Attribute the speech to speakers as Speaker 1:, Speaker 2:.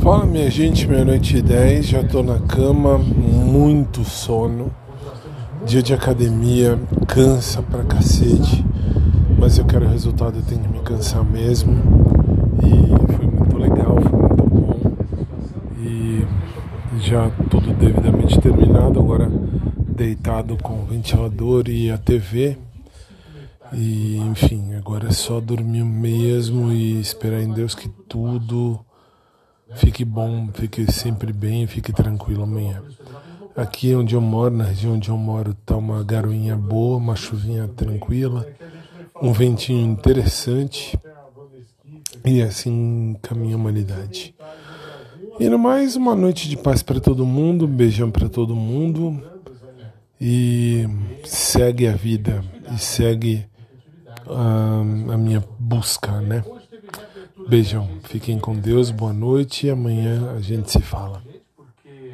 Speaker 1: Fala minha gente, meia-noite e 10, já tô na cama, muito sono, dia de academia, cansa pra cacete, mas eu quero resultado, eu tenho que me cansar mesmo, e foi muito legal, foi muito bom, e já tudo devidamente terminado, agora deitado com o ventilador e a TV, e enfim, agora é só dormir mesmo e esperar em Deus que tudo fique bom, fique sempre bem, fique tranquilo amanhã. Aqui onde eu moro, na região onde eu moro, tá uma garoinha boa, uma chuvinha tranquila, um ventinho interessante, e assim caminha a humanidade. E no mais, uma noite de paz para todo mundo, um beijão para todo mundo, e segue a vida, e segue a minha busca, né? Beijão, fiquem com Deus, boa noite e amanhã a gente se fala.